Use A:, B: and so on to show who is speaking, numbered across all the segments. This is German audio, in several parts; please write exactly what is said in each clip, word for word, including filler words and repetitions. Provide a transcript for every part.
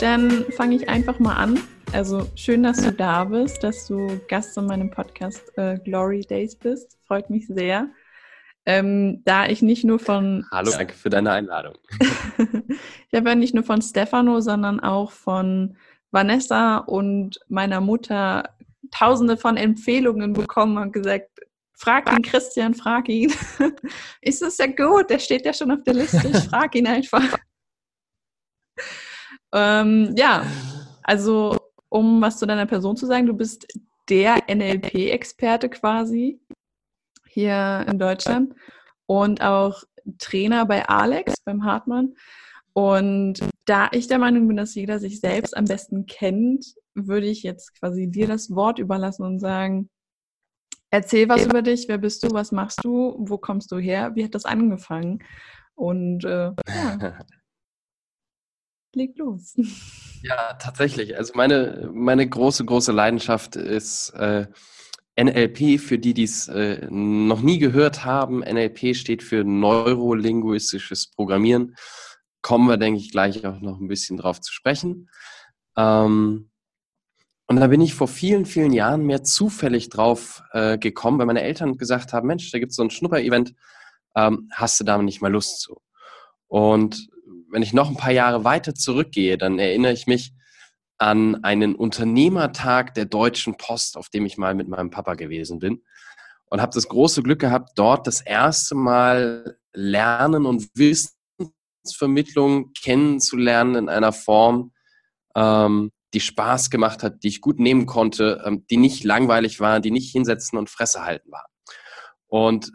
A: dann fange ich einfach mal an. Also schön, dass du da bist, dass du Gast in meinem Podcast äh, Glory Days bist. Freut mich sehr. Ähm, da ich nicht nur von...
B: Hallo, danke für deine Einladung.
A: Ich habe ja nicht nur von Stefano, sondern auch von Vanessa und meiner Mutter tausende von Empfehlungen bekommen und gesagt, frag ihn, Christian, frag ihn. Ist das ja gut, der steht ja schon auf der Liste, ich frag ihn einfach. ähm, ja, also um was zu deiner Person zu sagen, du bist der N L P-Experte quasi hier in Deutschland und auch Trainer bei Alex, beim Hartmann. Und da ich der Meinung bin, dass jeder sich selbst am besten kennt, würde ich jetzt quasi dir das Wort überlassen und sagen, erzähl was über dich, wer bist du, was machst du, wo kommst du her, wie hat das angefangen? Und äh, ja, leg los.
B: Ja, tatsächlich. Also meine, meine große, große Leidenschaft ist äh, N L P, für die, die es äh, noch nie gehört haben. N L P steht für neurolinguistisches Programmieren. Kommen wir, denke ich, gleich auch noch ein bisschen drauf zu sprechen. Ähm, und da bin ich vor vielen, vielen Jahren mehr zufällig drauf äh, gekommen, weil meine Eltern gesagt haben, Mensch, da gibt es so ein Schnupper-Event, ähm, hast du da nicht mal Lust zu? Und wenn ich noch ein paar Jahre weiter zurückgehe, dann erinnere ich mich an einen Unternehmertag der Deutschen Post, auf dem ich mal mit meinem Papa gewesen bin und habe das große Glück gehabt, dort das erste Mal Lernen und Wissensvermittlung kennenzulernen in einer Form, ähm, die Spaß gemacht hat, die ich gut nehmen konnte, ähm, die nicht langweilig war, die nicht hinsetzen und Fresse halten war. Und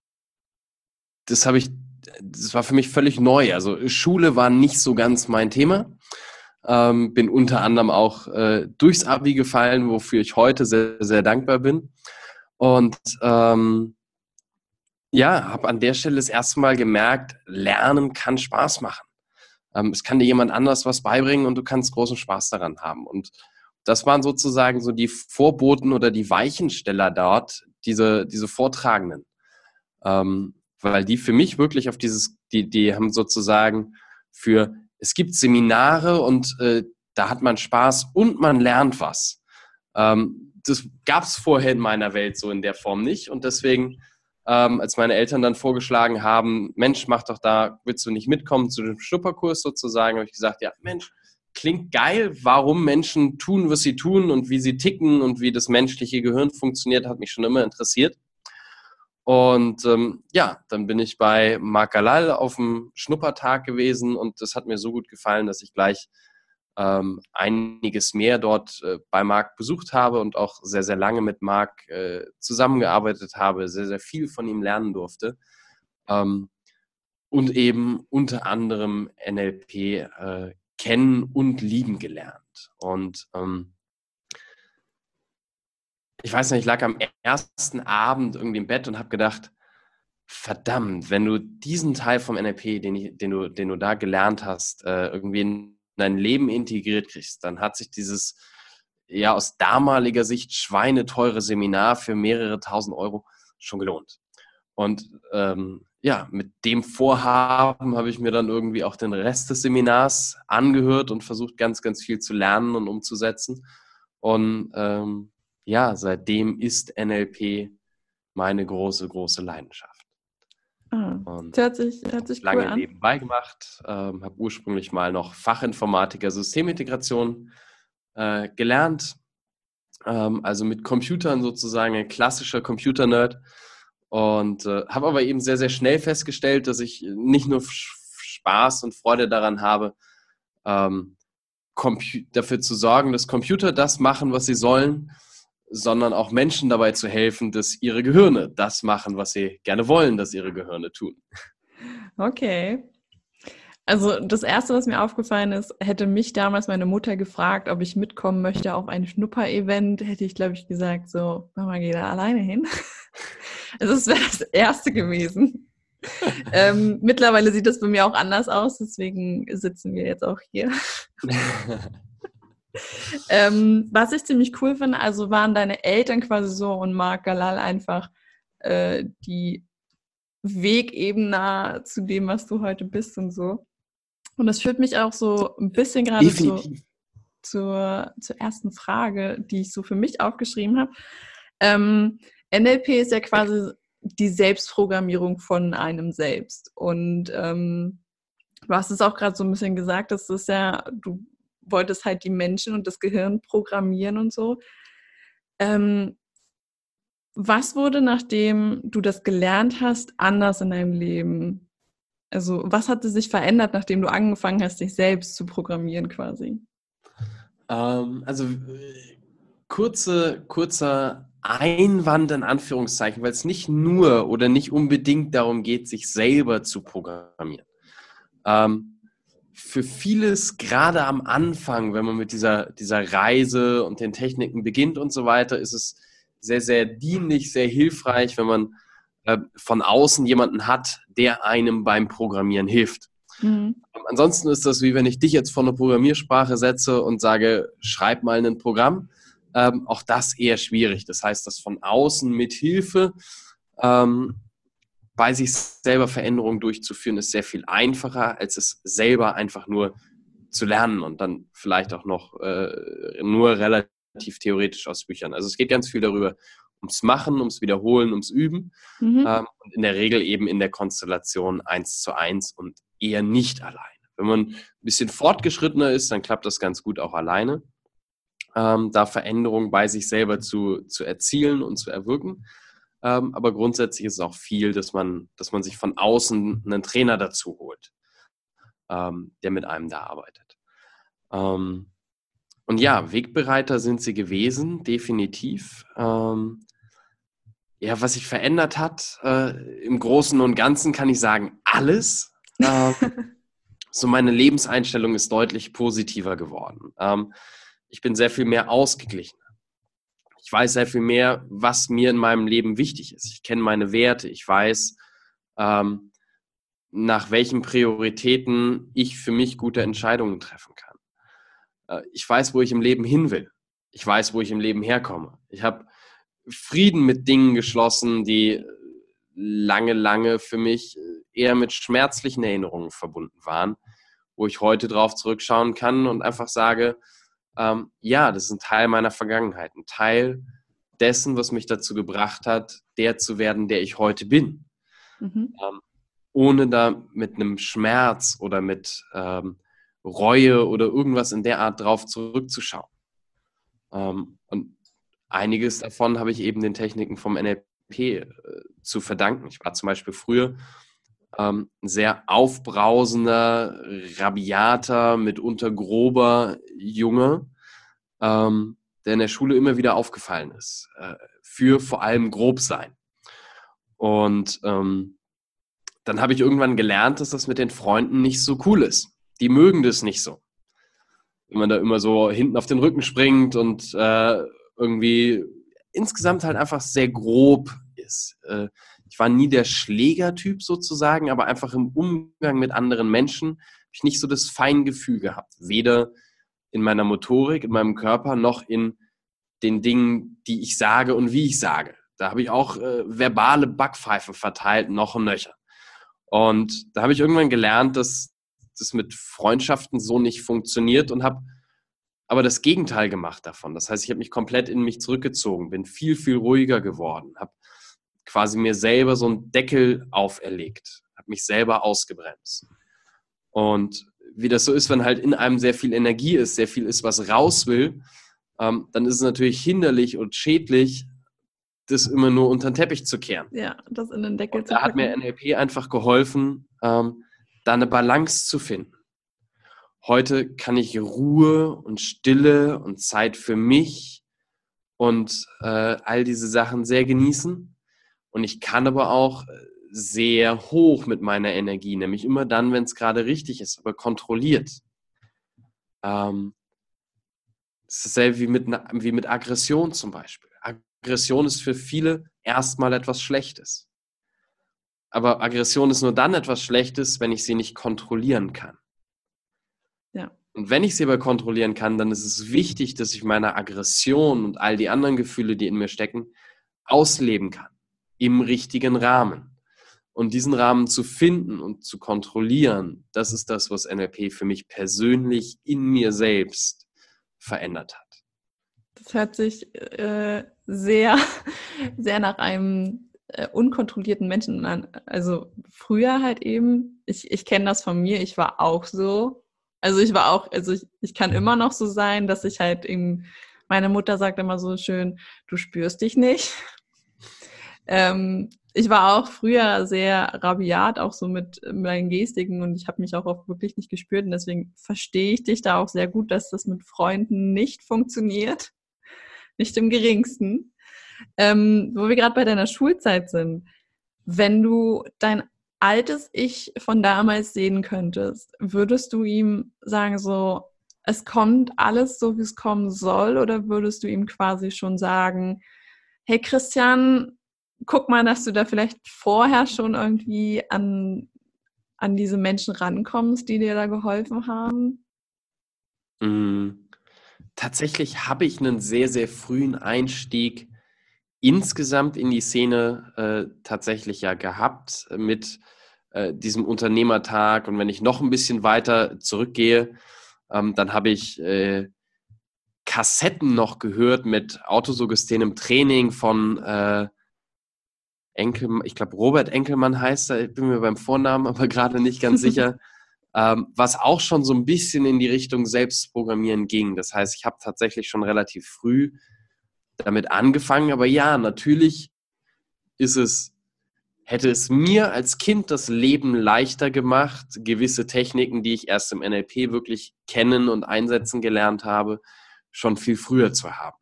B: das habe ich Das war für mich völlig neu. Also Schule war nicht so ganz mein Thema. Ähm, bin unter anderem auch äh, durchs Abi gefallen, wofür ich heute sehr, sehr dankbar bin. Und ähm, ja, habe an der Stelle das erste Mal gemerkt, Lernen kann Spaß machen. Ähm, es kann dir jemand anders was beibringen und du kannst großen Spaß daran haben. Und das waren sozusagen so die Vorboten oder die Weichensteller dort, diese, diese Vortragenden. Ähm, weil die für mich wirklich auf dieses, die, die haben sozusagen für, es gibt Seminare und äh, da hat man Spaß und man lernt was. Ähm, das gab es vorher in meiner Welt so in der Form nicht und deswegen, ähm, als meine Eltern dann vorgeschlagen haben, Mensch, mach doch da, willst du nicht mitkommen zu dem Schnupperkurs sozusagen, habe ich gesagt, ja Mensch, klingt geil, warum Menschen tun, was sie tun und wie sie ticken und wie das menschliche Gehirn funktioniert, hat mich schon immer interessiert. Und ähm, ja, dann bin ich bei Marc Galal auf dem Schnuppertag gewesen und das hat mir so gut gefallen, dass ich gleich ähm, einiges mehr dort äh, bei Marc besucht habe und auch sehr, sehr lange mit Marc äh, zusammengearbeitet habe, sehr, sehr viel von ihm lernen durfte ähm, und eben unter anderem N L P äh, kennen und lieben gelernt. Und ähm, ich weiß nicht, ich lag am ersten Abend irgendwie im Bett und habe gedacht, verdammt, wenn du diesen Teil vom N L P, den, ich, den, du, den du da gelernt hast, äh, irgendwie in dein Leben integriert kriegst, dann hat sich dieses, ja, aus damaliger Sicht schweineteure Seminar für mehrere tausend Euro schon gelohnt. Und ähm, ja, mit dem Vorhaben habe ich mir dann irgendwie auch den Rest des Seminars angehört und versucht, ganz, ganz viel zu lernen und umzusetzen. Und ähm, ja, seitdem ist N L P meine große, große Leidenschaft.
A: Ah,
B: Und
A: hört sich, hört sich
B: lange
A: cool an.
B: nebenbei gemacht, ähm, habe ursprünglich mal noch Fachinformatiker Systemintegration äh, gelernt, ähm, also mit Computern sozusagen, ein klassischer Computer-Nerd und äh, habe aber eben sehr, sehr schnell festgestellt, dass ich nicht nur Spaß und Freude daran habe, ähm, dafür zu sorgen, dass Computer das machen, was sie sollen, sondern auch Menschen dabei zu helfen, dass ihre Gehirne das machen, was sie gerne wollen, dass ihre Gehirne tun.
A: Okay. Also das Erste, was mir aufgefallen ist, hätte mich damals meine Mutter gefragt, ob ich mitkommen möchte auf ein Schnupper-Event, hätte ich, glaube ich, gesagt, so, Mama, geh da alleine hin. Also das wäre das Erste gewesen. ähm, mittlerweile sieht das bei mir auch anders aus, deswegen sitzen wir jetzt auch hier. ähm, was ich ziemlich cool finde, also waren deine Eltern quasi so und Marc Galal einfach äh, die Wegebner zu dem, was du heute bist und so. Und das führt mich auch so ein bisschen gerade zu,
B: Definitiv.
A: zur, zur ersten Frage, die ich so für mich aufgeschrieben habe. Ähm, N L P ist ja quasi die Selbstprogrammierung von einem selbst. Und ähm, du hast es auch gerade so ein bisschen gesagt, dass das ja, du wolltest halt die Menschen und das Gehirn programmieren und so. Ähm, was wurde, nachdem du das gelernt hast, anders in deinem Leben? Also was hatte sich verändert, nachdem du angefangen hast, dich selbst zu programmieren quasi?
B: Ähm, also äh, kurze, kurzer Einwand in Anführungszeichen, weil es nicht nur oder nicht unbedingt darum geht, sich selber zu programmieren. Ähm, für vieles, gerade am Anfang, wenn man mit dieser, dieser Reise und den Techniken beginnt und so weiter, ist es sehr, sehr dienlich, sehr hilfreich, wenn man äh, von außen jemanden hat, der einem beim Programmieren hilft.
A: Mhm.
B: Ansonsten ist das wie wenn ich dich jetzt vor eine Programmiersprache setze und sage, schreib mal ein Programm. Ähm, auch das eher schwierig. Das heißt, das von außen mit Hilfe ähm, bei sich selber Veränderungen durchzuführen, ist sehr viel einfacher, als es selber einfach nur zu lernen und dann vielleicht auch noch äh, nur relativ theoretisch aus Büchern. Also es geht ganz viel darüber, ums Machen, ums Wiederholen, ums Üben
A: Mhm.
B: ähm, und in der Regel eben in der Konstellation eins zu eins und eher nicht alleine. Wenn man ein bisschen fortgeschrittener ist, dann klappt das ganz gut auch alleine, ähm, da Veränderungen bei sich selber zu, zu erzielen und zu erwirken. Ähm, aber grundsätzlich ist es auch viel, dass man, dass man sich von außen einen Trainer dazu holt, ähm, der mit einem da arbeitet. Ähm, und ja, Wegbereiter sind sie gewesen, definitiv. Ähm, ja, was sich verändert hat, äh, im Großen und Ganzen kann ich sagen, alles. Ähm, so meine Lebenseinstellung ist deutlich positiver geworden. Ähm, ich bin sehr viel mehr ausgeglichen. Ich weiß sehr viel mehr, was mir in meinem Leben wichtig ist. Ich kenne meine Werte. Ich weiß, ähm, nach welchen Prioritäten ich für mich gute Entscheidungen treffen kann. Äh, ich weiß, wo ich im Leben hin will. Ich weiß, wo ich im Leben herkomme. Ich habe Frieden mit Dingen geschlossen, die lange, lange für mich eher mit schmerzlichen Erinnerungen verbunden waren, wo ich heute drauf zurückschauen kann und einfach sage, ähm, ja, das ist ein Teil meiner Vergangenheit, ein Teil dessen, was mich dazu gebracht hat, der zu werden, der ich heute bin.
A: Mhm.
B: Ähm, ohne da mit einem Schmerz oder mit ähm, Reue oder irgendwas in der Art drauf zurückzuschauen. Ähm, und einiges davon habe ich eben den Techniken vom N L P äh, zu verdanken. Ich war zum Beispiel früher ähm, ein sehr aufbrausender, rabiater, mitunter grober Junge, ähm, der in der Schule immer wieder aufgefallen ist. Äh, für vor allem grob sein. Und ähm, dann habe ich irgendwann gelernt, dass das mit den Freunden nicht so cool ist. Die mögen das nicht so. Wenn man da immer so hinten auf den Rücken springt und äh, irgendwie insgesamt halt einfach sehr grob ist. Äh, ich war nie der Schlägertyp sozusagen, aber einfach im Umgang mit anderen Menschen habe ich nicht so das Feingefühl gehabt. Weder in meiner Motorik, in meinem Körper, noch in den Dingen, die ich sage und wie ich sage. Da habe ich auch äh, verbale Backpfeifen verteilt, noch und nöcher. Und da habe ich irgendwann gelernt, dass das mit Freundschaften so nicht funktioniert und habe aber das Gegenteil gemacht davon. Das heißt, ich habe mich komplett in mich zurückgezogen, bin viel, viel ruhiger geworden, habe quasi mir selber so einen Deckel auferlegt, habe mich selber ausgebremst. Und wie das so ist, wenn halt in einem sehr viel Energie ist, sehr viel ist, was raus will, ähm, dann ist es natürlich hinderlich und schädlich, das immer nur unter den Teppich zu kehren.
A: Ja, das in den Deckel
B: Und
A: zu
B: da hat mir
A: packen.
B: N L P einfach geholfen, ähm, da eine Balance zu finden. Heute kann ich Ruhe und Stille und Zeit für mich und äh, all diese Sachen sehr genießen. Und ich kann aber auch sehr hoch mit meiner Energie, nämlich immer dann, wenn es gerade richtig ist, aber kontrolliert. Ähm, das ist dasselbe wie mit, wie mit Aggression zum Beispiel. Aggression ist für viele erstmal etwas Schlechtes. Aber Aggression ist nur dann etwas Schlechtes, wenn ich sie nicht kontrollieren kann.
A: Ja.
B: Und wenn ich sie aber kontrollieren kann, dann ist es wichtig, dass ich meine Aggression und all die anderen Gefühle, die in mir stecken, ausleben kann. Im richtigen Rahmen. Und diesen Rahmen zu finden und zu kontrollieren, das ist das, was N L P für mich persönlich in mir selbst verändert hat.
A: Das hört sich äh, sehr, sehr nach einem äh, unkontrollierten Menschen an. Also früher halt eben, ich, ich kenne das von mir, ich war auch so. Also ich war auch, also ich, ich kann immer noch so sein, dass ich halt eben, meine Mutter sagt immer so schön, du spürst dich nicht. Ähm, ich war auch früher sehr rabiat, auch so mit meinen Gestiken, und ich habe mich auch oft wirklich nicht gespürt, und deswegen verstehe ich dich da auch sehr gut, dass das mit Freunden nicht funktioniert. Nicht im geringsten. Ähm, wo wir gerade bei deiner Schulzeit sind, wenn du dein altes Ich von damals sehen könntest, würdest du ihm sagen so, es kommt alles so, wie es kommen soll, oder würdest du ihm quasi schon sagen, hey Christian, guck mal, dass du da vielleicht vorher schon irgendwie an, an diese Menschen rankommst, die dir da geholfen haben?
B: Mm, tatsächlich habe ich einen sehr, sehr frühen Einstieg insgesamt in die Szene äh, tatsächlich ja gehabt mit äh, diesem Unternehmertag. Und wenn ich noch ein bisschen weiter zurückgehe, ähm, dann habe ich äh, Kassetten noch gehört mit autosuggestionem Training von äh, Enkel, ich glaube Robert Enkelmann heißt er, ich bin mir beim Vornamen aber gerade nicht ganz sicher, ähm, was auch schon so ein bisschen in die Richtung Selbstprogrammieren ging. Das heißt, ich habe tatsächlich schon relativ früh damit angefangen, aber ja, natürlich ist es, hätte es mir als Kind das Leben leichter gemacht, gewisse Techniken, die ich erst im N L P wirklich kennen und einsetzen gelernt habe, schon viel früher zu haben.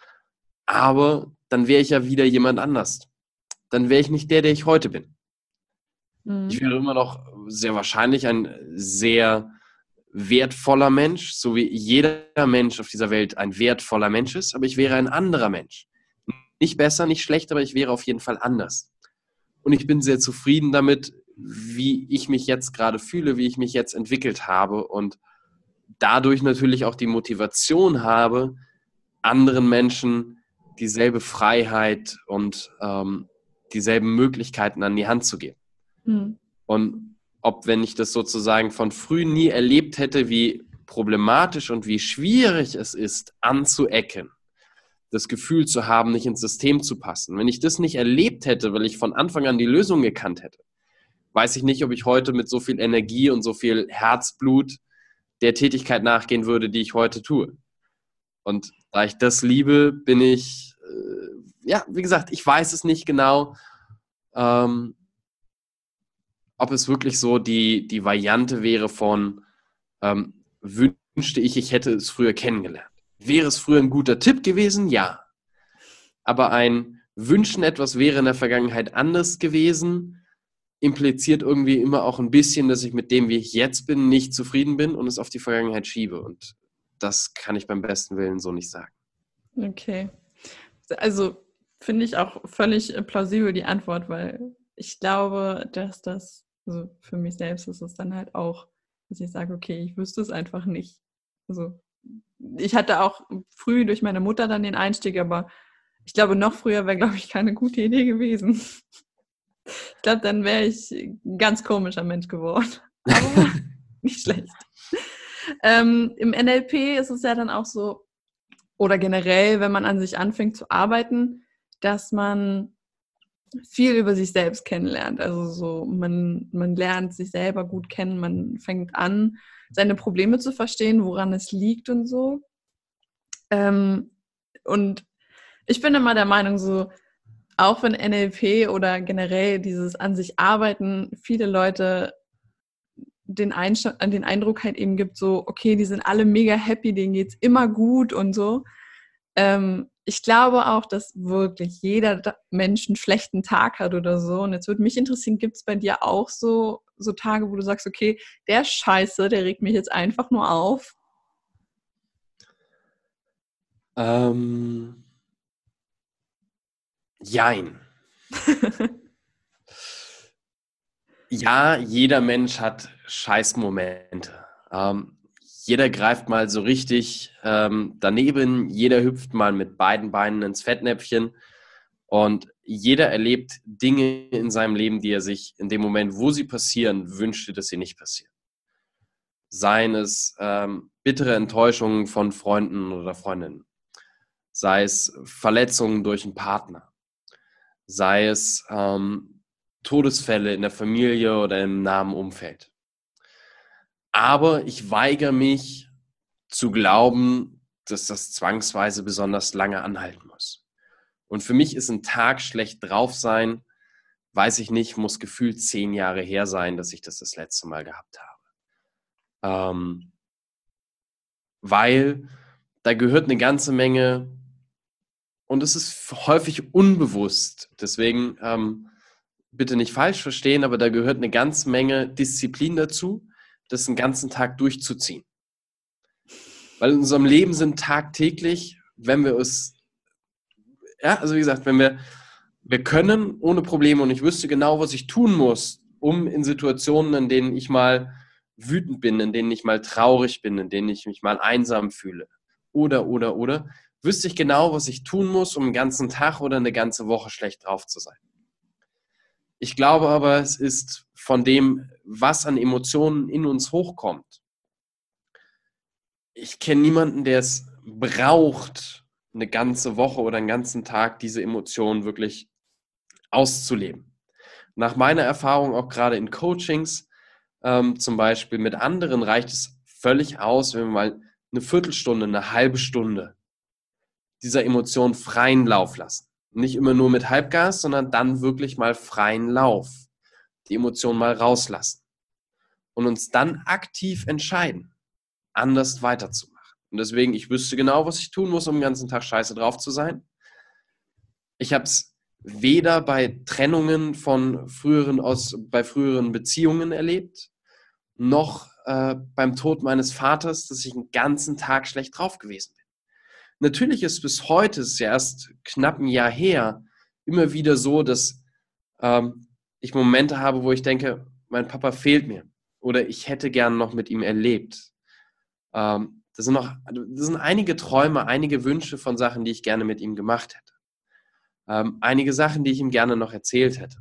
B: Aber dann wäre ich ja wieder jemand anders. Dann wäre ich nicht der, der ich heute bin. Mhm. Ich wäre immer noch sehr wahrscheinlich ein sehr wertvoller Mensch, so wie jeder Mensch auf dieser Welt ein wertvoller Mensch ist, aber ich wäre ein anderer Mensch. Nicht besser, nicht schlecht, aber ich wäre auf jeden Fall anders. Und ich bin sehr zufrieden damit, wie ich mich jetzt gerade fühle, wie ich mich jetzt entwickelt habe und dadurch natürlich auch die Motivation habe, anderen Menschen dieselbe Freiheit und ähm, dieselben Möglichkeiten an die Hand zu geben. Hm. Und ob, wenn ich das sozusagen von früh nie erlebt hätte, wie problematisch und wie schwierig es ist, anzuecken, das Gefühl zu haben, nicht ins System zu passen. Wenn ich das nicht erlebt hätte, weil ich von Anfang an die Lösung gekannt hätte, weiß ich nicht, ob ich heute mit so viel Energie und so viel Herzblut der Tätigkeit nachgehen würde, die ich heute tue. Und da ich das liebe, bin ich, äh, ja, wie gesagt, ich weiß es nicht genau, ähm, ob es wirklich so die, die Variante wäre von, ähm, wünschte ich, ich hätte es früher kennengelernt. Wäre es früher ein guter Tipp gewesen? Ja. Aber ein Wünschen, etwas wäre in der Vergangenheit anders gewesen, impliziert irgendwie immer auch ein bisschen, dass ich mit dem, wie ich jetzt bin, nicht zufrieden bin und es auf die Vergangenheit schiebe. Und das kann ich beim besten Willen so nicht sagen.
A: Okay. Also finde ich auch völlig plausibel die Antwort, weil ich glaube, dass das, also für mich selbst ist es dann halt auch, dass ich sage, okay, ich wüsste es einfach nicht. Also ich hatte auch früh durch meine Mutter dann den Einstieg, aber ich glaube, noch früher wäre, glaube ich, keine gute Idee gewesen. Ich glaube, dann wäre ich ein ganz komischer Mensch geworden. Aber nicht schlecht. Ähm, im N L P ist es ja dann auch so, oder generell, wenn man an sich anfängt zu arbeiten, dass man viel über sich selbst kennenlernt. Also so, man, man lernt sich selber gut kennen, man fängt an, seine Probleme zu verstehen, woran es liegt und so. Ähm, und ich bin immer der Meinung, so, auch wenn N L P oder generell dieses an sich arbeiten viele Leute den, Einst- den Eindruck halt eben gibt, so, okay, die sind alle mega happy, denen geht's immer gut und so. Ähm, ich glaube auch, dass wirklich jeder Mensch einen schlechten Tag hat oder so. Und jetzt würde mich interessieren, gibt es bei dir auch so, so Tage, wo du sagst, okay, der Scheiße, der regt mich jetzt einfach nur auf?
B: Ähm, jein. Ja, jeder Mensch hat Scheißmomente. Ähm, jeder greift mal so richtig ähm, daneben, jeder hüpft mal mit beiden Beinen ins Fettnäpfchen. Und jeder erlebt Dinge in seinem Leben, die er sich in dem Moment, wo sie passieren, wünschte, dass sie nicht passieren. Seien es ähm, bittere Enttäuschungen von Freunden oder Freundinnen, sei es Verletzungen durch einen Partner, sei es ähm, Todesfälle in der Familie oder im nahen Umfeld. Aber ich weigere mich zu glauben, dass das zwangsweise besonders lange anhalten muss. Und für mich ist ein Tag schlecht drauf sein, weiß ich nicht, muss gefühlt zehn Jahre her sein, dass ich das das letzte Mal gehabt habe. Ähm, weil da gehört eine ganze Menge, und es ist häufig unbewusst, deswegen ähm, bitte nicht falsch verstehen, aber da gehört eine ganze Menge Disziplin dazu, das den ganzen Tag durchzuziehen. Weil in unserem Leben sind tagtäglich, wenn wir es, ja, also wie gesagt, wenn wir, wir können ohne Probleme, und ich wüsste genau, was ich tun muss, um in Situationen, in denen ich mal wütend bin, in denen ich mal traurig bin, in denen ich mich mal einsam fühle, oder, oder, oder, wüsste ich genau, was ich tun muss, um einen ganzen Tag oder eine ganze Woche schlecht drauf zu sein. Ich glaube aber, es ist von dem, was an Emotionen in uns hochkommt. Ich kenne niemanden, der es braucht, eine ganze Woche oder einen ganzen Tag diese Emotionen wirklich auszuleben. Nach meiner Erfahrung, auch gerade in Coachings, ähm, zum Beispiel mit anderen, reicht es völlig aus, wenn wir mal eine Viertelstunde, eine halbe Stunde dieser Emotion freien Lauf lassen. Nicht immer nur mit Halbgas, sondern dann wirklich mal freien Lauf. Die Emotion mal rauslassen. Und uns dann aktiv entscheiden, anders weiterzumachen. Und deswegen, ich wüsste genau, was ich tun muss, um den ganzen Tag scheiße drauf zu sein. Ich habe es weder bei Trennungen von früheren aus, bei früheren Beziehungen erlebt, noch äh, beim Tod meines Vaters, dass ich einen ganzen Tag schlecht drauf gewesen bin. Natürlich ist bis heute, es ist ja erst knapp ein Jahr her, immer wieder so, dass ähm, ich Momente habe, wo ich denke, mein Papa fehlt mir oder ich hätte gern noch mit ihm erlebt. Ähm, das sind noch, das sind einige Träume, einige Wünsche von Sachen, die ich gerne mit ihm gemacht hätte. Ähm, einige Sachen, die ich ihm gerne noch erzählt hätte.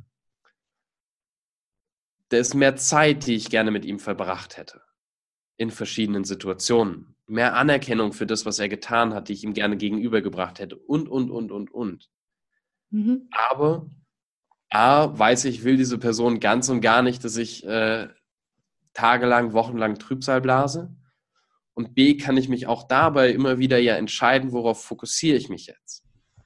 B: Da ist mehr Zeit, die ich gerne mit ihm verbracht hätte. In verschiedenen Situationen. Mehr Anerkennung für das, was er getan hat, die ich ihm gerne gegenübergebracht hätte. Und, und, und, und, und. Mhm. Aber A, weiß ich, will diese Person ganz und gar nicht, dass ich äh, tagelang, wochenlang Trübsal blase. Und B, kann ich mich auch dabei immer wieder ja entscheiden, worauf fokussiere ich mich jetzt.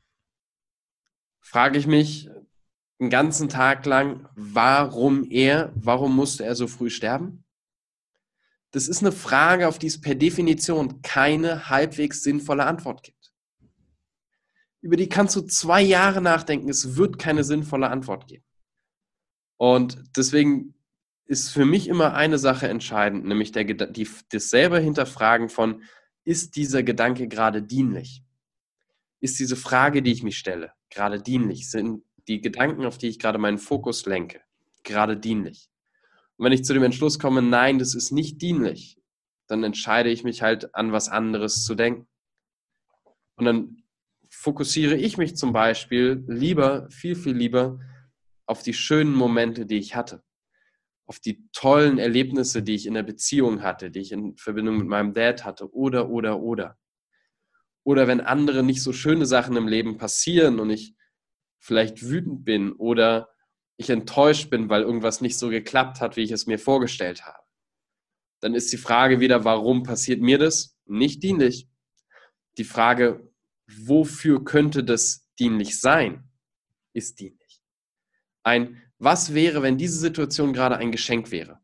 B: Frage ich mich einen ganzen Tag lang, warum er, warum musste er so früh sterben? Das ist eine Frage, auf die es per Definition keine halbwegs sinnvolle Antwort gibt. Über die kannst du zwei Jahre nachdenken, es wird keine sinnvolle Antwort geben. Und deswegen ist für mich immer eine Sache entscheidend, nämlich der, die, das selber Hinterfragen von, ist dieser Gedanke gerade dienlich? Ist diese Frage, die ich mich stelle, gerade dienlich? Sind die Gedanken, auf die ich gerade meinen Fokus lenke, gerade dienlich? Und wenn ich zu dem Entschluss komme, nein, das ist nicht dienlich, dann entscheide ich mich halt an was anderes zu denken. Und dann fokussiere ich mich zum Beispiel lieber, viel, viel lieber auf die schönen Momente, die ich hatte. Auf die tollen Erlebnisse, die ich in der Beziehung hatte, die ich in Verbindung mit meinem Dad hatte, oder, oder, oder. Oder wenn andere nicht so schöne Sachen im Leben passieren und ich vielleicht wütend bin oder ich enttäuscht bin, weil irgendwas nicht so geklappt hat, wie ich es mir vorgestellt habe. Dann ist die Frage wieder, warum passiert mir das? Nicht dienlich. Die Frage, wofür könnte das dienlich sein, ist dienlich. Ein, was wäre, wenn diese Situation gerade ein Geschenk wäre?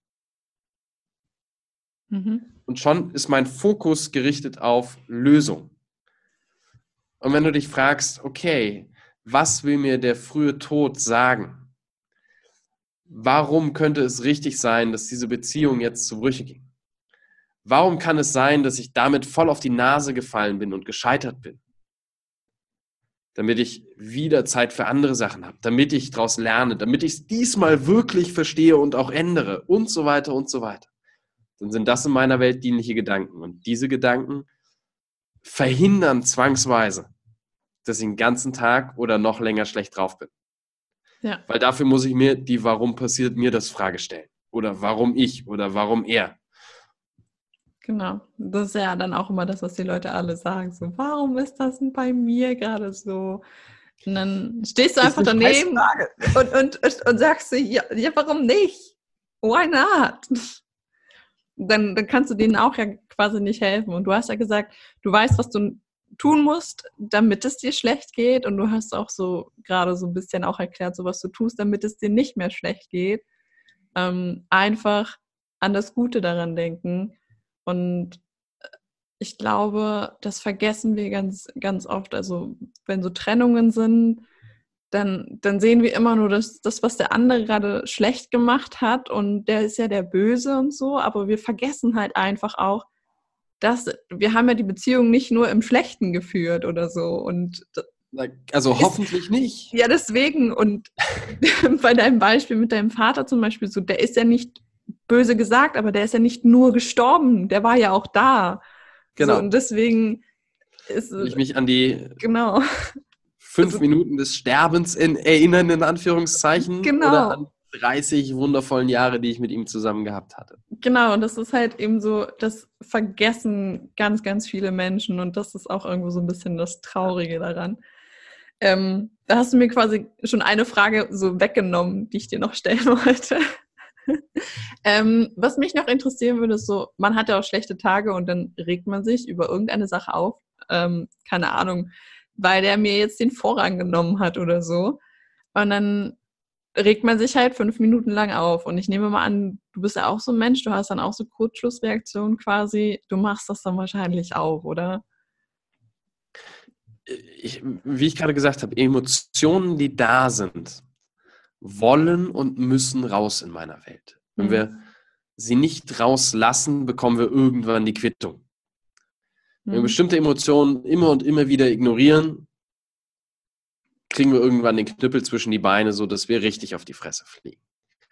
B: Mhm. Und schon ist mein Fokus gerichtet auf Lösung. Und wenn du dich fragst, okay, was will mir der frühe Tod sagen? Warum könnte es richtig sein, dass diese Beziehung jetzt zu Brüche ging? Warum kann es sein, dass ich damit voll auf die Nase gefallen bin und gescheitert bin? Damit ich wieder Zeit für andere Sachen habe, damit ich daraus lerne, damit ich es diesmal wirklich verstehe und auch ändere und so weiter und so weiter. Dann sind das in meiner Welt dienliche Gedanken. Und diese Gedanken verhindern zwangsweise, dass ich den ganzen Tag oder noch länger schlecht drauf bin.
A: Ja.
B: Weil dafür muss ich mir die Warum passiert mir das Frage stellen. Oder warum ich oder warum er.
A: Genau. Das ist ja dann auch immer das, was die Leute alle sagen. So, warum ist das denn bei mir gerade so? Und dann stehst du
B: Ist
A: einfach
B: eine
A: daneben
B: Scheißfrage.
A: und, und, und, und sagst dir, ja, ja, warum nicht? Why not? Dann, dann kannst du denen auch ja quasi nicht helfen. Und du hast ja gesagt, du weißt, was du tun musst, damit es dir schlecht geht. Und du hast auch so gerade so ein bisschen auch erklärt, so was du tust, damit es dir nicht mehr schlecht geht. Ähm, einfach an das Gute daran denken. Und ich glaube, das vergessen wir ganz, ganz oft. Also wenn so Trennungen sind, dann, dann sehen wir immer nur das, das, was der andere gerade schlecht gemacht hat und der ist ja der Böse und so, aber wir vergessen halt einfach auch, dass wir haben ja die Beziehung nicht nur im Schlechten geführt oder so und
B: Also
A: ist,
B: hoffentlich nicht.
A: ja, deswegen und bei deinem Beispiel mit deinem Vater zum Beispiel so, der ist ja nicht böse gesagt, aber der ist ja nicht nur gestorben, der war ja auch da.
B: Genau.
A: So, und deswegen ist
B: Will ich mich an die
A: genau.
B: fünf
A: Also,
B: Minuten des Sterbens in, erinnern, in Anführungszeichen,
A: genau.
B: oder an dreißig wundervollen Jahre, die ich mit ihm zusammen gehabt hatte.
A: Genau, und das ist halt eben so, das vergessen ganz, ganz viele Menschen und das ist auch irgendwo so ein bisschen das Traurige daran. Ähm, da hast du mir quasi schon eine Frage so weggenommen, die ich dir noch stellen wollte. ähm, was mich noch interessieren würde, ist so, man hat ja auch schlechte Tage und dann regt man sich über irgendeine Sache auf, ähm, keine Ahnung, weil der mir jetzt den Vorrang genommen hat oder so. Und dann regt man sich halt fünf Minuten lang auf. Und ich nehme mal an, du bist ja auch so ein Mensch, du hast dann auch so Kurzschlussreaktionen quasi. Du machst das dann wahrscheinlich auch, oder?
B: Ich, wie ich gerade gesagt habe, Emotionen, die da sind, wollen und müssen raus in meiner Welt. Wenn
A: Hm.
B: wir sie nicht rauslassen, bekommen wir irgendwann die Quittung. Wenn wir
A: Hm.
B: bestimmte Emotionen immer und immer wieder ignorieren, kriegen wir irgendwann den Knüppel zwischen die Beine, sodass wir richtig auf die Fresse fliegen.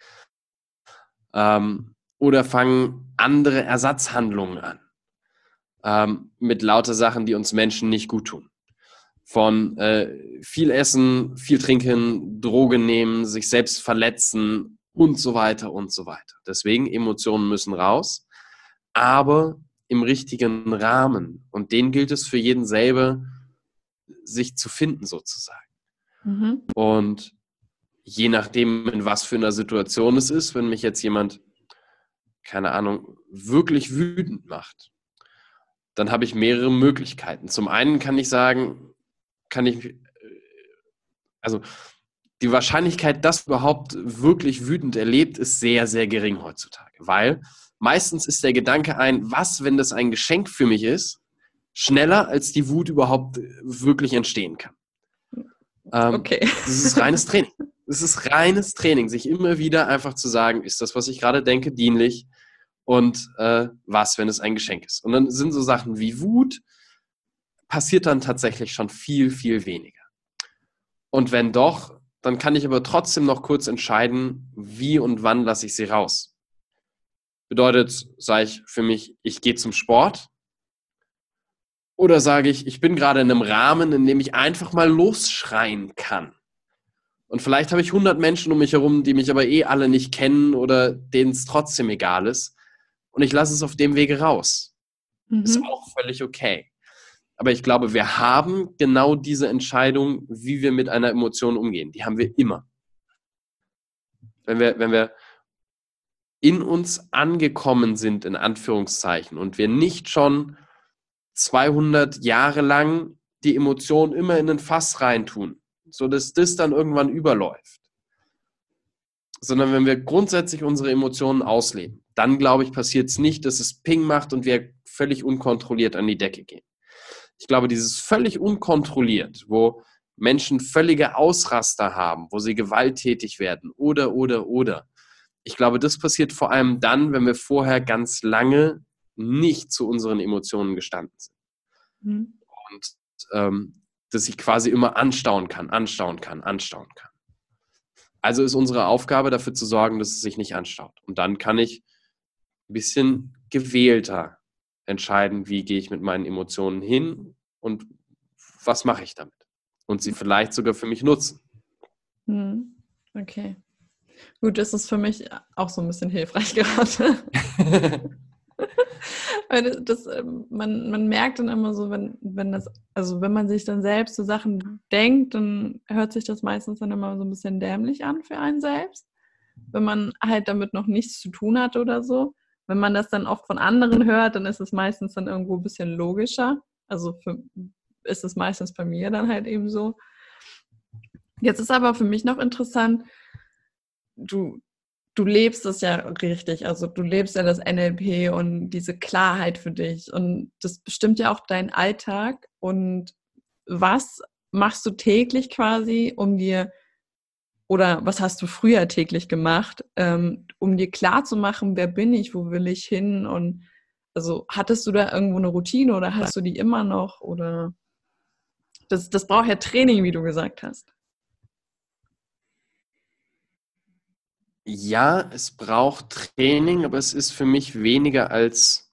B: Ähm, oder fangen andere Ersatzhandlungen an. Ähm, mit lauter Sachen, die uns Menschen nicht gut tun. Von äh, viel Essen, viel Trinken, Drogen nehmen, sich selbst verletzen und so weiter und so weiter. Deswegen, Emotionen müssen raus, aber im richtigen Rahmen. Und den gilt es für jeden selber, sich zu finden sozusagen.
A: Mhm.
B: Und je nachdem, in was für einer Situation es ist, wenn mich jetzt jemand, keine Ahnung, wirklich wütend macht, dann habe ich mehrere Möglichkeiten. Zum einen kann ich sagen, kann ich, also die Wahrscheinlichkeit, dass überhaupt wirklich wütend erlebt, ist sehr, sehr gering heutzutage, weil meistens ist der Gedanke ein, was, wenn das ein Geschenk für mich ist, schneller als die Wut überhaupt wirklich entstehen kann. Ähm,
A: Okay.
B: Das ist reines Training. Es ist reines Training, sich immer wieder einfach zu sagen, ist das, was ich gerade denke, dienlich und äh, was, wenn es ein Geschenk ist. Und dann sind so Sachen wie Wut, passiert dann tatsächlich schon viel, viel weniger. Und wenn doch, dann kann ich aber trotzdem noch kurz entscheiden, wie und wann lasse ich sie raus. Bedeutet, sage ich für mich, ich gehe zum Sport, oder sage ich, ich bin gerade in einem Rahmen, in dem ich einfach mal losschreien kann. Und vielleicht habe ich hundert Menschen um mich herum, die mich aber eh alle nicht kennen oder denen es trotzdem egal ist. Und ich lasse es auf dem Wege raus.
A: Mhm.
B: Ist auch völlig okay. Aber ich glaube, wir haben genau diese Entscheidung, wie wir mit einer Emotion umgehen. Die haben wir immer. Wenn wir, wenn wir in uns angekommen sind, in Anführungszeichen, und wir nicht schon zweihundert Jahre lang die Emotion immer in ein Fass reintun, sodass das dann irgendwann überläuft. Sondern wenn wir grundsätzlich unsere Emotionen ausleben, dann glaube ich, passiert es nicht, dass es Ping macht und wir völlig unkontrolliert an die Decke gehen. Ich glaube, dieses völlig unkontrolliert, wo Menschen völlige Ausraster haben, wo sie gewalttätig werden oder, oder, oder. Ich glaube, das passiert vor allem dann, wenn wir vorher ganz lange nicht zu unseren Emotionen gestanden sind.
A: Mhm.
B: Und ähm, dass ich quasi immer anstauen kann, anstauen kann, anstauen kann. Also ist unsere Aufgabe, dafür zu sorgen, dass es sich nicht anstaut. Und dann kann ich ein bisschen gewählter entscheiden, wie gehe ich mit meinen Emotionen hin und was mache ich damit. Und sie vielleicht sogar für mich nutzen.
A: Mhm. Okay. Gut, das ist für mich auch so ein bisschen hilfreich gerade. Weil das, das, ähm, man, man merkt dann immer so, wenn, wenn das, also wenn man sich dann selbst so Sachen denkt, dann hört sich das meistens dann immer so ein bisschen dämlich an für einen selbst, wenn man halt damit noch nichts zu tun hat oder so. Wenn man das dann oft von anderen hört, dann ist es meistens dann irgendwo ein bisschen logischer. Also für, ist es meistens bei mir dann halt eben so. Jetzt ist aber für mich noch interessant, du, du lebst es ja richtig, also du lebst ja das N L P und diese Klarheit für dich und das bestimmt ja auch deinen Alltag. Und was machst du täglich quasi, um dir, oder was hast du früher täglich gemacht, ähm, um dir klarzumachen, wer bin ich, wo will ich hin? Und also hattest du da irgendwo eine Routine oder hast du die immer noch? Oder das, das braucht ja Training, wie du gesagt hast.
B: Ja, es braucht Training, aber es ist für mich weniger als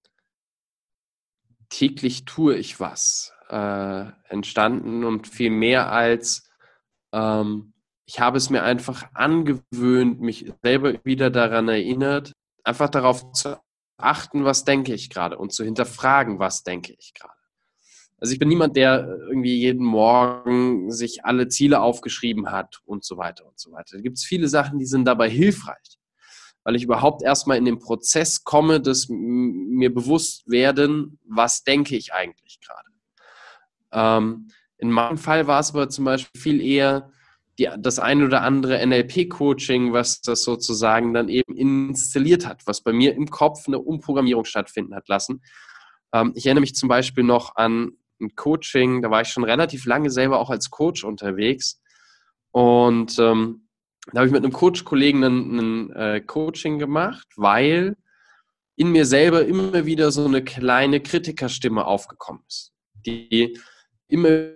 B: täglich tue ich was äh, entstanden und viel mehr als ähm, ich habe es mir einfach angewöhnt, mich selber wieder daran erinnert, einfach darauf zu achten, was denke ich gerade und zu hinterfragen, was denke ich gerade. Also ich bin niemand, der irgendwie jeden Morgen sich alle Ziele aufgeschrieben hat und so weiter und so weiter. Da gibt es viele Sachen, die sind dabei hilfreich, weil ich überhaupt erstmal in den Prozess komme, dass m- mir bewusst werden, was denke ich eigentlich gerade. Ähm, in meinem Fall war es aber zum Beispiel viel eher die, das ein oder andere N L P-Coaching, was das sozusagen dann eben installiert hat, was bei mir im Kopf eine Umprogrammierung stattfinden hat lassen. Ähm, ich erinnere mich zum Beispiel noch an ein Coaching, da war ich schon relativ lange selber auch als Coach unterwegs und ähm, da habe ich mit einem Coach-Kollegen ein, ein äh, Coaching gemacht, weil in mir selber immer wieder so eine kleine Kritikerstimme aufgekommen ist, die immer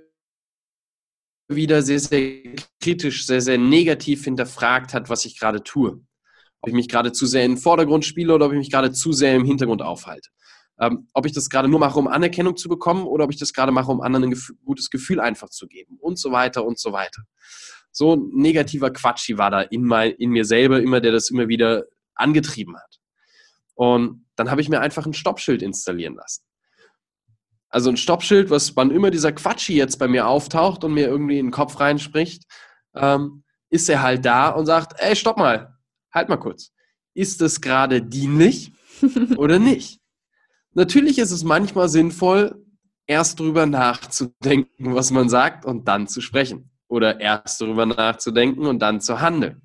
B: wieder sehr, sehr kritisch, sehr, sehr negativ hinterfragt hat, was ich gerade tue. Ob ich mich gerade zu sehr in den Vordergrund spiele oder ob ich mich gerade zu sehr im Hintergrund aufhalte. Ähm, ob ich das gerade nur mache, um Anerkennung zu bekommen oder ob ich das gerade mache, um anderen ein Gefühl, gutes Gefühl einfach zu geben und so weiter und so weiter. So ein negativer Quatschi war da in, mein, in mir selber immer, der das immer wieder angetrieben hat. Und dann habe ich mir einfach ein Stoppschild installieren lassen. Also ein Stoppschild, was wann immer dieser Quatschi jetzt bei mir auftaucht und mir irgendwie in den Kopf reinspricht, ähm, ist er halt da und sagt, ey, stopp mal, halt mal kurz. Ist das gerade dienlich oder nicht? Natürlich ist es manchmal sinnvoll, erst drüber nachzudenken, was man sagt und dann zu sprechen. Oder erst drüber nachzudenken und dann zu handeln.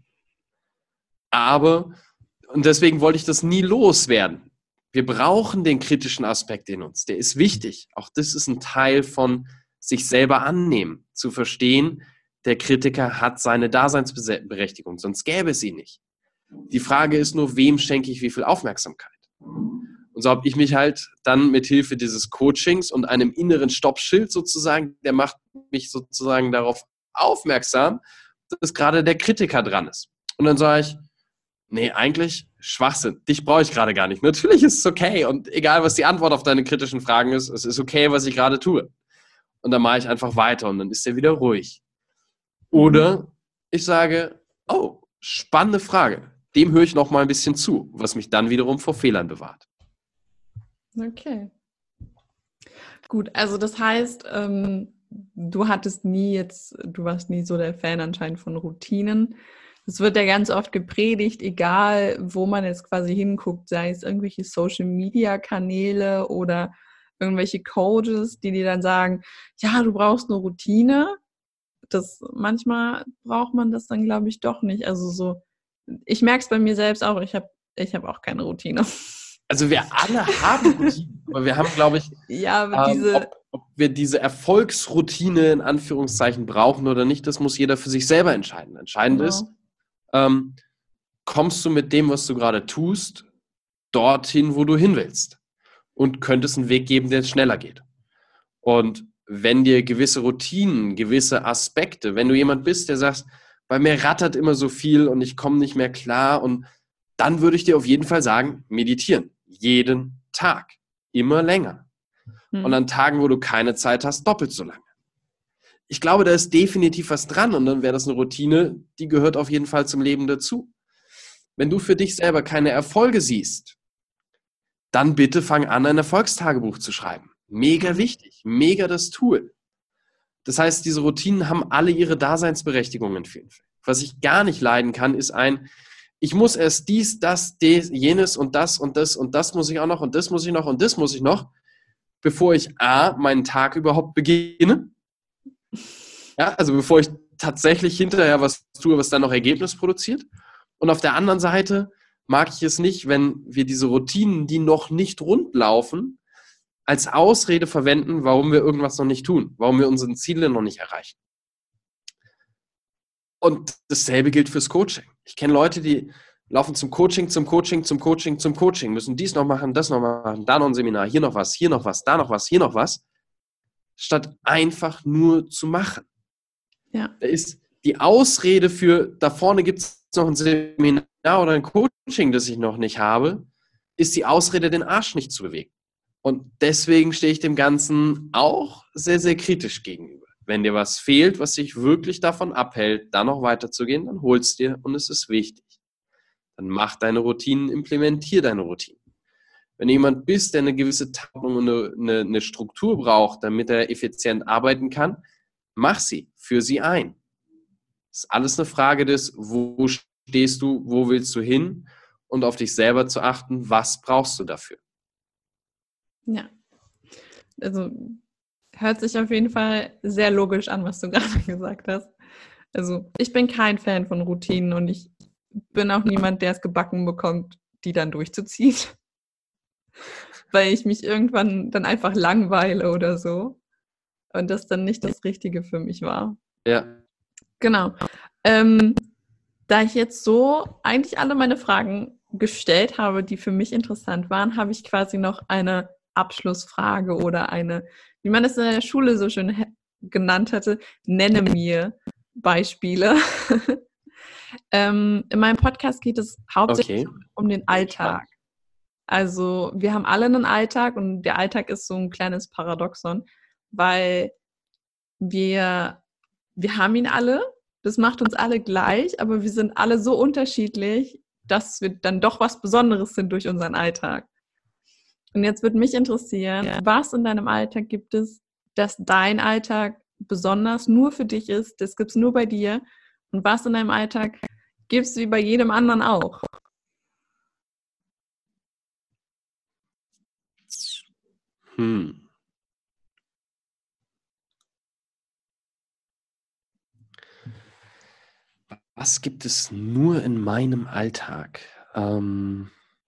B: Aber, und deswegen wollte ich das nie loswerden. Wir brauchen den kritischen Aspekt in uns. Der ist wichtig. Auch das ist ein Teil von sich selber annehmen. Zu verstehen, der Kritiker hat seine Daseinsberechtigung, sonst gäbe es sie nicht. Die Frage ist nur, wem schenke ich wie viel Aufmerksamkeit? Und so habe ich mich halt dann mit Hilfe dieses Coachings und einem inneren Stoppschild sozusagen, der macht mich sozusagen darauf aufmerksam, dass gerade der Kritiker dran ist. Und dann sage ich, nee, eigentlich Schwachsinn. Dich brauche ich gerade gar nicht. Natürlich ist es okay und egal, was die Antwort auf deine kritischen Fragen ist, es ist okay, was ich gerade tue. Und dann mache ich einfach weiter und dann ist er wieder ruhig. Oder ich sage, oh, spannende Frage. Dem höre ich noch mal ein bisschen zu, was mich dann wiederum vor Fehlern bewahrt.
A: Okay. Gut, also das heißt, ähm, du hattest nie jetzt, du warst nie so der Fan anscheinend von Routinen. Es wird ja ganz oft gepredigt, egal wo man jetzt quasi hinguckt, sei es irgendwelche Social-Media-Kanäle oder irgendwelche Coaches, die dir dann sagen, ja, du brauchst eine Routine. Das, manchmal braucht man das dann, glaube ich, doch nicht. Also so, ich merke es bei mir selbst auch, ich habe ich hab auch keine Routine.
B: Also wir alle haben Routinen, aber wir haben, glaube ich,
A: Ja, aber
B: ähm,
A: diese...
B: ob, ob wir diese Erfolgsroutine in Anführungszeichen brauchen oder nicht, das muss jeder für sich selber entscheiden. Entscheidend
A: Genau.
B: ist, ähm, kommst du mit dem, was du gerade tust, dorthin, wo du hin willst und könntest einen Weg geben, der jetzt schneller geht. Und wenn dir gewisse Routinen, gewisse Aspekte, wenn du jemand bist, der sagt, bei mir rattert immer so viel und ich komme nicht mehr klar, und dann würde ich dir auf jeden Fall sagen, meditieren. Jeden Tag. Immer länger. Hm. Und an Tagen, wo du keine Zeit hast, doppelt so lange. ich glaube, da ist definitiv was dran und dann wäre das eine Routine, die gehört auf jeden Fall zum Leben dazu. Wenn du für dich selber keine Erfolge siehst, dann bitte fang an, ein Erfolgstagebuch zu schreiben. Mega wichtig, mega das Tool. Das heißt, diese Routinen haben alle ihre Daseinsberechtigungen in vielen Fällen. Was ich gar nicht leiden kann, ist ein, ich muss erst dies, das, des, jenes und das und das und das muss ich auch noch und das muss ich noch und das muss ich noch, bevor ich A, meinen Tag überhaupt beginne. Ja, also bevor ich tatsächlich hinterher was tue, was dann noch Ergebnis produziert. Und auf der anderen Seite mag ich es nicht, wenn wir diese Routinen, die noch nicht rund laufen, als Ausrede verwenden, warum wir irgendwas noch nicht tun, warum wir unsere Ziele noch nicht erreichen. Und dasselbe gilt fürs Coaching. Ich kenne Leute, die laufen zum Coaching, zum Coaching, zum Coaching, zum Coaching, müssen dies noch machen, das noch machen, da noch ein Seminar, hier noch was, hier noch was, da noch was, hier noch was, statt einfach nur zu machen.
A: Ja.
B: Da ist die Ausrede für, da vorne gibt es noch ein Seminar oder ein Coaching, das ich noch nicht habe, ist die Ausrede, den Arsch nicht zu bewegen. Und deswegen stehe ich dem Ganzen auch sehr, sehr kritisch gegenüber. Wenn dir was fehlt, was dich wirklich davon abhält, da noch weiterzugehen, dann hol's dir und es ist wichtig. Dann mach deine Routinen, implementier deine Routinen. Wenn jemand bist, der eine gewisse Taktung und eine, eine, eine Struktur braucht, damit er effizient arbeiten kann, mach sie, führ sie ein. Das ist alles eine Frage des, wo stehst du, wo willst du hin und auf dich selber zu achten, was brauchst du dafür.
A: Ja, also hört sich auf jeden Fall sehr logisch an, was du gerade gesagt hast. Also ich bin kein Fan von Routinen und ich bin auch niemand, der es gebacken bekommt, die dann durchzuziehen. Weil ich mich irgendwann dann einfach langweile oder so. Und das dann nicht das Richtige für mich war.
B: Ja.
A: Genau. Ähm, da ich jetzt so eigentlich alle meine Fragen gestellt habe, die für mich interessant waren, habe ich quasi noch eine Abschlussfrage oder eine, wie man es in der Schule so schön he- genannt hatte, nenne mir Beispiele. ähm, in meinem Podcast geht es hauptsächlich
B: Okay.
A: um den Alltag. Also wir haben alle einen Alltag und der Alltag ist so ein kleines Paradoxon, weil wir, wir haben ihn alle, das macht uns alle gleich, aber wir sind alle so unterschiedlich, dass wir dann doch was Besonderes sind durch unseren Alltag. Und jetzt würde mich interessieren, was in deinem Alltag gibt es, dass dein Alltag besonders nur für dich ist, das gibt es nur bei dir, und was in deinem Alltag gibt es wie bei jedem anderen auch?
B: Hm. Was gibt es nur in meinem Alltag? Ähm,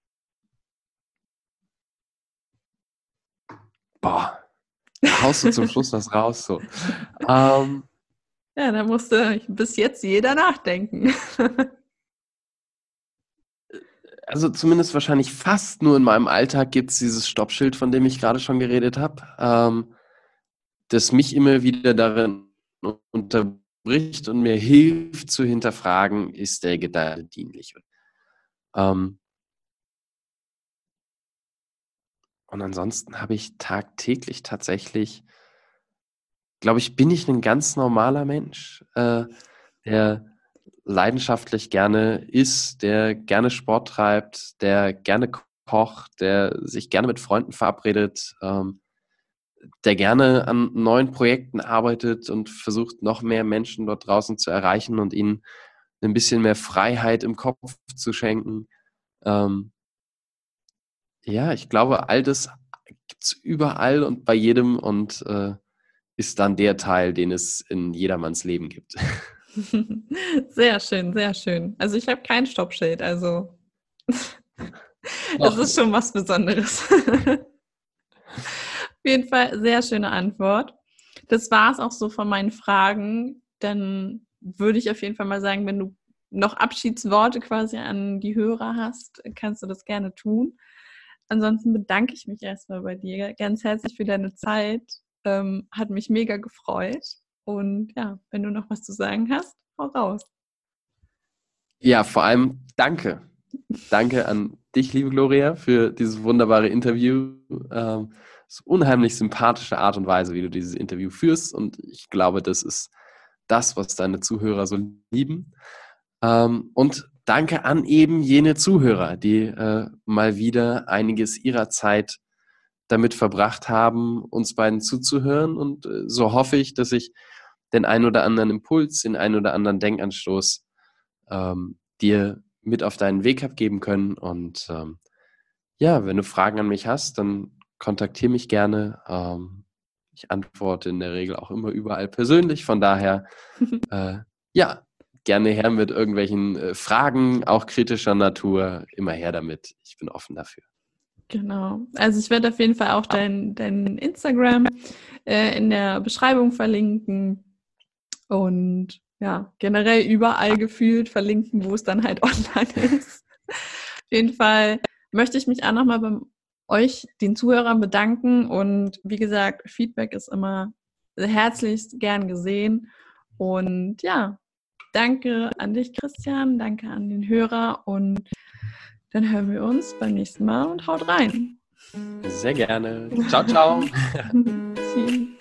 B: boah, da haust du zum Schluss was raus. So. Ähm,
A: Ja, da musste bis jetzt jeder nachdenken.
B: also zumindest wahrscheinlich fast nur in meinem Alltag gibt es dieses Stoppschild, von dem ich gerade schon geredet habe, ähm, das mich immer wieder darin unterbricht und mir hilft zu hinterfragen, ist der Gedanke dienlich? Ähm, und ansonsten habe ich tagtäglich tatsächlich, glaube ich, bin ich ein ganz normaler Mensch, äh, der leidenschaftlich gerne isst, der gerne Sport treibt, der gerne kocht, der sich gerne mit Freunden verabredet, ähm, der gerne an neuen Projekten arbeitet und versucht, noch mehr Menschen dort draußen zu erreichen und ihnen ein bisschen mehr Freiheit im Kopf zu schenken. Ähm, ja, ich glaube, all das gibt's überall und bei jedem und äh, ist dann der Teil, den es in jedermanns Leben gibt.
A: Sehr schön, sehr schön. Also ich habe kein Stoppschild, also es
B: Doch.
A: ist schon was Besonderes. Auf jeden Fall sehr schöne Antwort. Das war es auch so von meinen Fragen. Dann würde ich auf jeden Fall mal sagen, wenn du noch Abschiedsworte quasi an die Hörer hast, kannst du das gerne tun. Ansonsten bedanke ich mich erstmal bei dir ganz herzlich für deine Zeit. Ähm, hat mich mega gefreut. Und ja, wenn du noch was zu sagen hast, hau raus.
B: Ja, vor allem danke. Danke an dich, liebe Gloria, für dieses wunderbare Interview. Ähm, das ist eine unheimlich sympathische Art und Weise, wie du dieses Interview führst. Und ich glaube, das ist das, was deine Zuhörer so lieben. Ähm, und danke an eben jene Zuhörer, die äh, mal wieder einiges ihrer Zeit damit verbracht haben, uns beiden zuzuhören. Und äh, so hoffe ich, dass ich den einen oder anderen Impuls, den einen oder anderen Denkanstoß ähm, dir mit auf deinen Weg habe geben können. Und ähm, ja, wenn du Fragen an mich hast, dann kontaktiere mich gerne. Ähm, ich antworte in der Regel auch immer überall persönlich. Von daher, äh, ja, gerne her mit irgendwelchen äh, Fragen, auch kritischer Natur. Immer her damit. Ich bin offen dafür.
A: Genau. Also ich werde auf jeden Fall auch dein, dein Instagram äh, in der Beschreibung verlinken und ja, generell überall gefühlt verlinken, wo es dann halt online ist. Auf jeden Fall möchte ich mich auch nochmal bei euch, den Zuhörern, bedanken und wie gesagt, Feedback ist immer herzlichst gern gesehen und ja, danke an dich, Christian, danke an den Hörer und dann hören wir uns beim nächsten Mal und haut rein.
B: Sehr gerne. Ciao, ciao.
A: Tschüss.